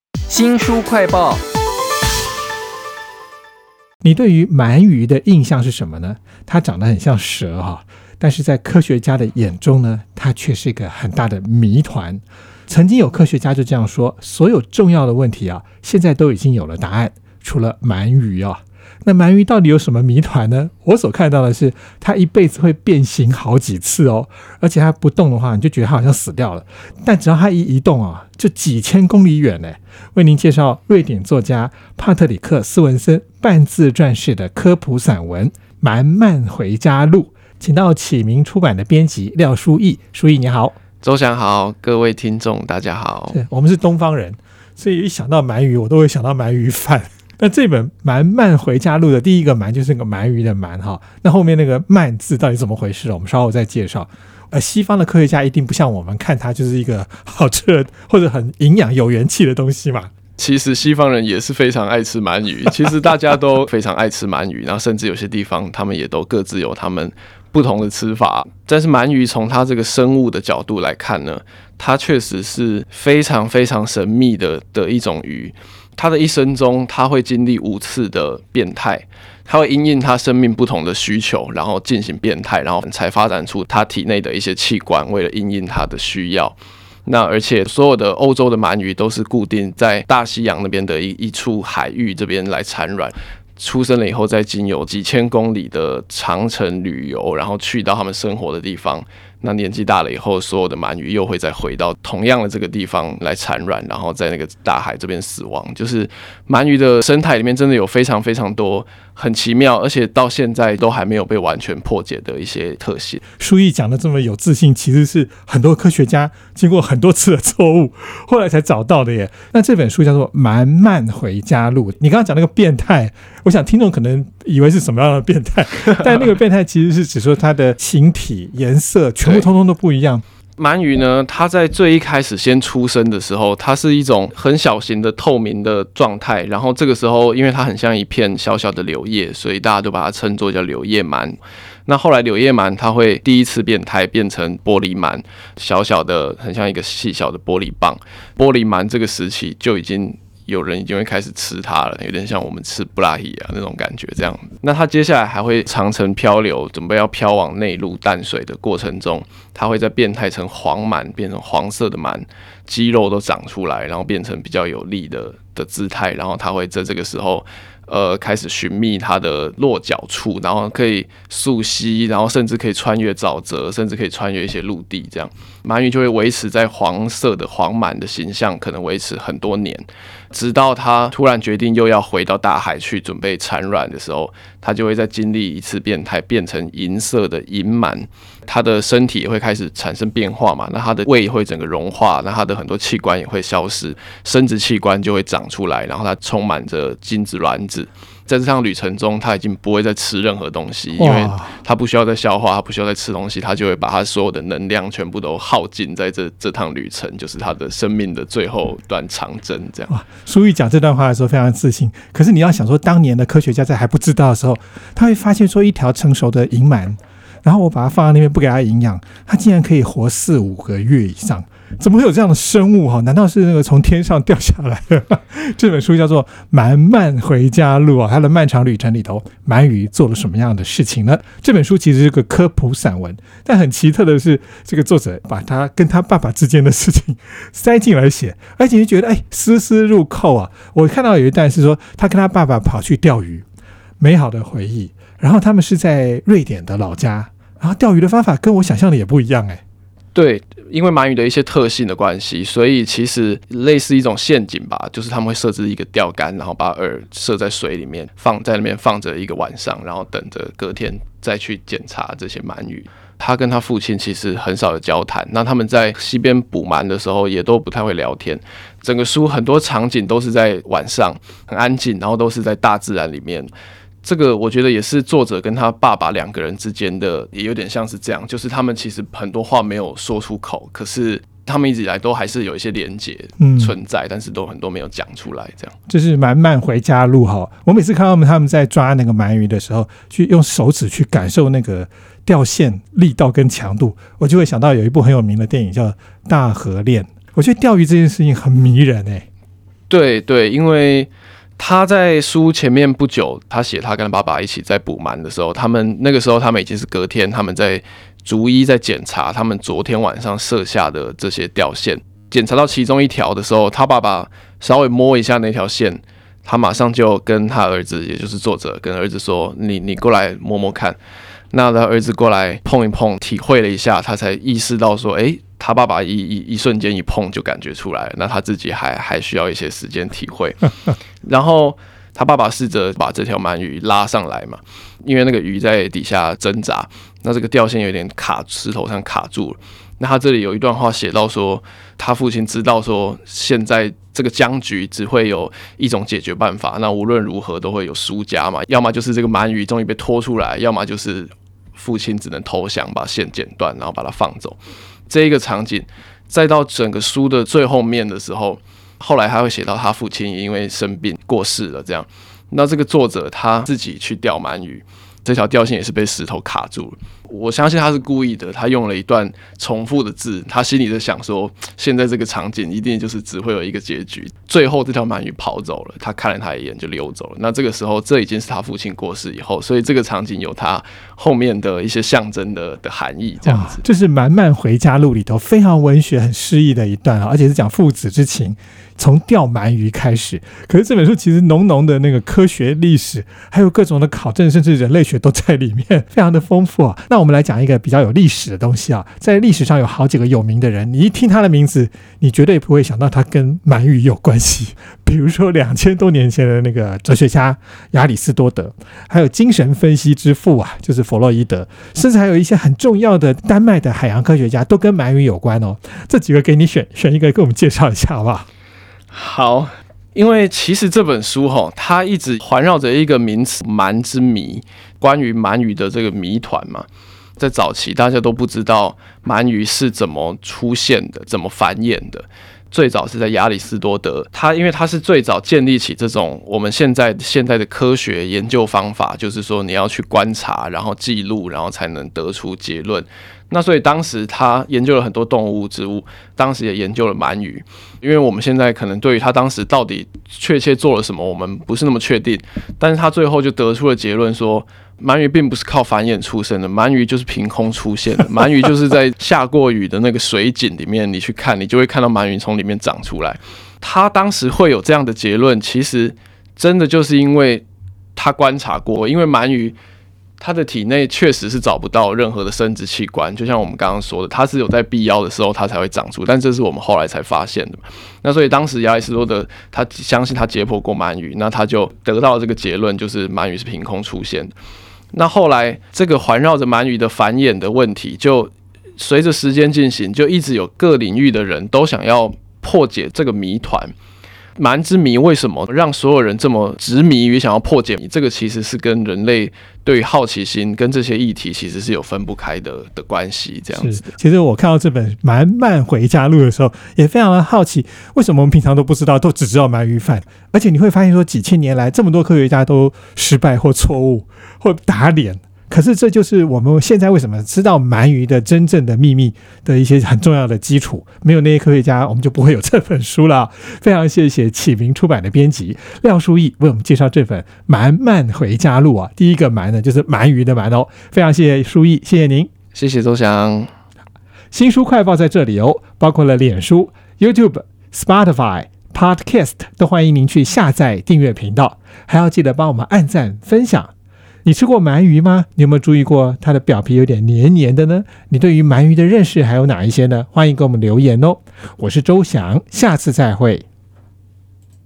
新书快报。 你对于鳗鱼的印象是什么呢？它长得很像蛇哈，但是在科学家的眼中呢，它却是一个很大的谜团。曾经有科学家就这样说，所有重要的问题啊，现在都已经有了答案，除了鳗鱼啊。那鳗鱼到底有什么谜团呢？我所看到的是，它一辈子会变形好几次哦，而且它不动的话，你就觉得它好像死掉了。但只要它一移动啊，就几千公里远呢。为您介绍瑞典作家帕特里克·斯文森半自传式的科普散文《鳗鳗回家录》，请到启明出版的编辑廖书毅。书毅你好。 周翔好，各位听众大家好。 我们是东方人，所以一想到鳗鱼，我都会想到鳗鱼饭。那这本《鳗鳗回家录》的第一个鳗就是个鳗鱼的鳗哈，那后面那个鳗字到底怎么回事？我们稍后再介绍。西方的科学家一定不像我们看它就是一个好吃的或者很营养有元气的东西嘛。 其实西方人也是非常爱吃鳗鱼，其实大家都非常爱吃鳗鱼，然后甚至有些地方他们也都各自有他们不同的吃法。但是鳗鱼从它这个生物的角度来看呢，它确实是非常非常神秘的一种鱼。它的一生中，它会经历5次的变态，它会因应它生命不同的需求，然后进行变态，然后才发展出它体内的一些器官，为了因应它的需要。那而且所有的欧洲的鳗鱼都是固定在大西洋那边的一处海域这边来产卵。出生了以后，再经由几千公里的长程旅游，然后去到他们生活的地方。那年纪大了以后，所有的鳗鱼又会再回到同样的这个地方来产卵，然后在那个大海这边死亡。就是鳗鱼的生态里面真的有非常非常多很奇妙，而且到现在都还没有被完全破解的一些特性。 书毅讲的这么有自信，其实是很多科学家经过很多次的错误，后来才找到的耶。那这本书叫做《鳗鳗回家录》。你刚刚讲那个变态，我想听众可能以为是什么样的变态，但那个变态其实是指说它的形体、颜色全部通通都不一样。 鳗鱼呢，它在最一开始先出生的时候，它是一种很小型的透明的状态，然后这个时候因为它很像一片小小的柳叶，所以大家都把它称作叫柳叶鳗。那后来柳叶鳗它会第一次变态变成玻璃鳗，小小的很像一个细小的玻璃棒。玻璃鳗这个时期就已经有人已经会开始吃它了，有点像我们吃布拉希啊那种感觉这样。那它接下来还会长程漂流，准备要漂往内陆淡水的过程中，它会再变态成黄鳗，变成黄色的鳗，肌肉都长出来，然后变成比较有力的姿态，然后它会在这个时候开始寻觅它的落脚处，然后可以溯溪，然后甚至可以穿越沼泽，甚至可以穿越一些陆地，这样鳗鱼就会维持在黄色的黄鳗的形象，可能维持很多年，直到它突然决定又要回到大海去准备产卵的时候，它就会再经历一次变态，变成银色的银鳗。它的身体也会开始产生变化嘛，那它的胃会整个融化，那它的很多器官也会消失，生殖器官就会长出来，然后它充满着精子卵子。在这趟旅程中，它已经不会再吃任何东西，因为它不需要再消化，它不需要再吃东西，它就会把它所有的能量全部都耗尽在这趟旅程，就是它的生命的最后一段长征。这样， 书毅讲这段话的时候非常自信，可是你要想说，当年的科学家在还不知道的时候，他会发现说一条成熟的银鳗，然后我把它放在那边不给它营养，它竟然可以活4-5个月以上。怎么会有这样的生物？难道是那个从天上掉下来的？这本书叫做《鳗鳗回家录》它的漫长旅程里头，鳗鱼做了什么样的事情呢？这本书其实是个科普散文，但很奇特的是，这个作者把他跟他爸爸之间的事情塞进来写，而且就觉得丝丝入扣啊！我看到有一段是说，他跟他爸爸跑去钓鱼，美好的回忆。然后他们是在瑞典的老家，然后钓鱼的方法跟我想象的也不一样对，因为鳗鱼的一些特性的关系，所以其实类似一种陷阱吧，就是他们会设置一个钓竿，然后把饵设在水里面，在那边放着一个晚上，然后等着隔天再去检查这些鳗鱼。他跟他父亲其实很少有交谈，那他们在溪边捕鳗的时候也都不太会聊天。整个书很多场景都是在晚上，很安静，然后都是在大自然里面。这个我觉得也是作者跟他爸爸两个人之间的，也有点像是这样，就是他们其实很多话没有说出口，可是他们一直以来都还是有一些连结存在，但是都很多没有讲出来。这样， 这是鳗鳗回家路哈。我每次看到他们在抓那个鳗鱼的时候，去用手指去感受那个钓线力道跟强度，我就会想到有一部很有名的电影叫《大河恋》。我觉得钓鱼这件事情很迷人对对，因为他在书前面不久，他写他跟他爸爸一起在捕鳗的时候，那个时候他们已经是隔天，他们在逐一在检查他们昨天晚上设下的这些钓线，检查到其中一条的时候，他爸爸稍微摸一下那条线，他马上就跟他儿子，也就是作者跟儿子说：“你过来摸摸看。”那他儿子过来碰一碰，体会了一下，他才意识到说：“他爸爸一瞬间一碰就感觉出来了，那他自己还需要一些时间体会。”然后他爸爸试着把这条鳗鱼拉上来嘛，因为那个鱼在底下挣扎，那这个钓线有点卡石头上卡住了。那他这里有一段话写到说，他父亲知道说，现在这个僵局只会有一种解决办法，那无论如何都会有输家嘛，要么就是这个鳗鱼终于被拖出来，要么就是父亲只能投降，把线剪断，然后把它放走。这一个场景，再到整个书的最后面的时候，后来还会写到他父亲因为生病过世了，这样。那这个作者他自己去钓鳗鱼，这条钓线也是被石头卡住了。我相信他是故意的，他用了一段重复的字，他心里在想说，现在这个场景一定就是只会有一个结局。最后这条鳗鱼跑走了，他看了他一眼就溜走了。那这个时候，这已经是他父亲过世以后，所以这个场景有他后面的一些象征的含义，这样子。 这是《满满回家路》里头非常文学、很诗意的一段，而且是讲父子之情。从钓鳗鱼开始，可是这本书其实浓浓的那个科学历史，还有各种的考证，甚至人类学都在里面，非常的丰富啊。那我们来讲一个比较有历史的东西啊，在历史上有好几个有名的人，你一听他的名字，你绝对不会想到他跟鳗鱼有关系。比如说2000多年前的那个哲学家亚里士多德，还有精神分析之父啊，就是弗洛伊德，甚至还有一些很重要的丹麦的海洋科学家都跟鳗鱼有关哦。这几个给你选一个，给我们介绍一下好不好？ 好，因为其实这本书它一直环绕着一个名词“鳗之谜”，关于鳗鱼的这个谜团嘛。在早期大家都不知道鳗鱼是怎么出现的，怎么繁衍的。最早是在亚里士多德，因为他是最早建立起这种我们现在的科学研究方法，就是说你要去观察，然后记录，然后才能得出结论。那所以当时他研究了很多动物、植物，当时也研究了鳗鱼。因为我们现在可能对于他当时到底确切做了什么，我们不是那么确定，但是他最后就得出了结论说，鳗鱼并不是靠繁衍出生的，鳗鱼就是凭空出现的。鳗鱼就是在下过雨的那个水井里面，你去看，你就会看到鳗鱼从里面长出来。他当时会有这样的结论，其实真的就是因为他观察过，因为鳗鱼它的体内确实是找不到任何的生殖器官，就像我们刚刚说的，它是有在必要的时候它才会长出，但这是我们后来才发现的。那所以当时亚里士多德他相信他解剖过鳗鱼，那他就得到这个结论，就是鳗鱼是凭空出现的。那后来这个环绕着鳗鱼的繁衍的问题，就随着时间进行，就一直有各领域的人都想要破解这个谜团。鳗之谜为什么让所有人这么执迷于想要破解？这个其实是跟人类对于好奇心跟这些议题其实是有分不开的关系。这样子。 其实我看到这本《满满回家路》的时候，也非常的好奇，为什么我们平常都不知道，都只知道鳗鱼饭，而且你会发现说，几千年来这么多科学家都失败或错误或打脸。可是这就是我们现在为什么知道鳗鱼的真正的秘密的一些很重要的基础，没有那些科学家，我们就不会有这本书了。非常谢谢启明出版的编辑廖书毅为我们介绍这本《鳗满回家路》啊。第一个鳗呢，就是鳗鱼的鳗哦。非常谢谢书毅，谢谢您， 谢谢周翔。 新书快报在这里哦，包括了脸书、YouTube、Spotify、Podcast 都欢迎您去下载订阅频道，还要记得帮我们按赞分享。你吃过鳗鱼吗？你有没有注意过它的表皮有点黏黏的呢？你对于鳗鱼的认识还有哪一些呢？欢迎给我们留言哦。我是周翔，下次再会。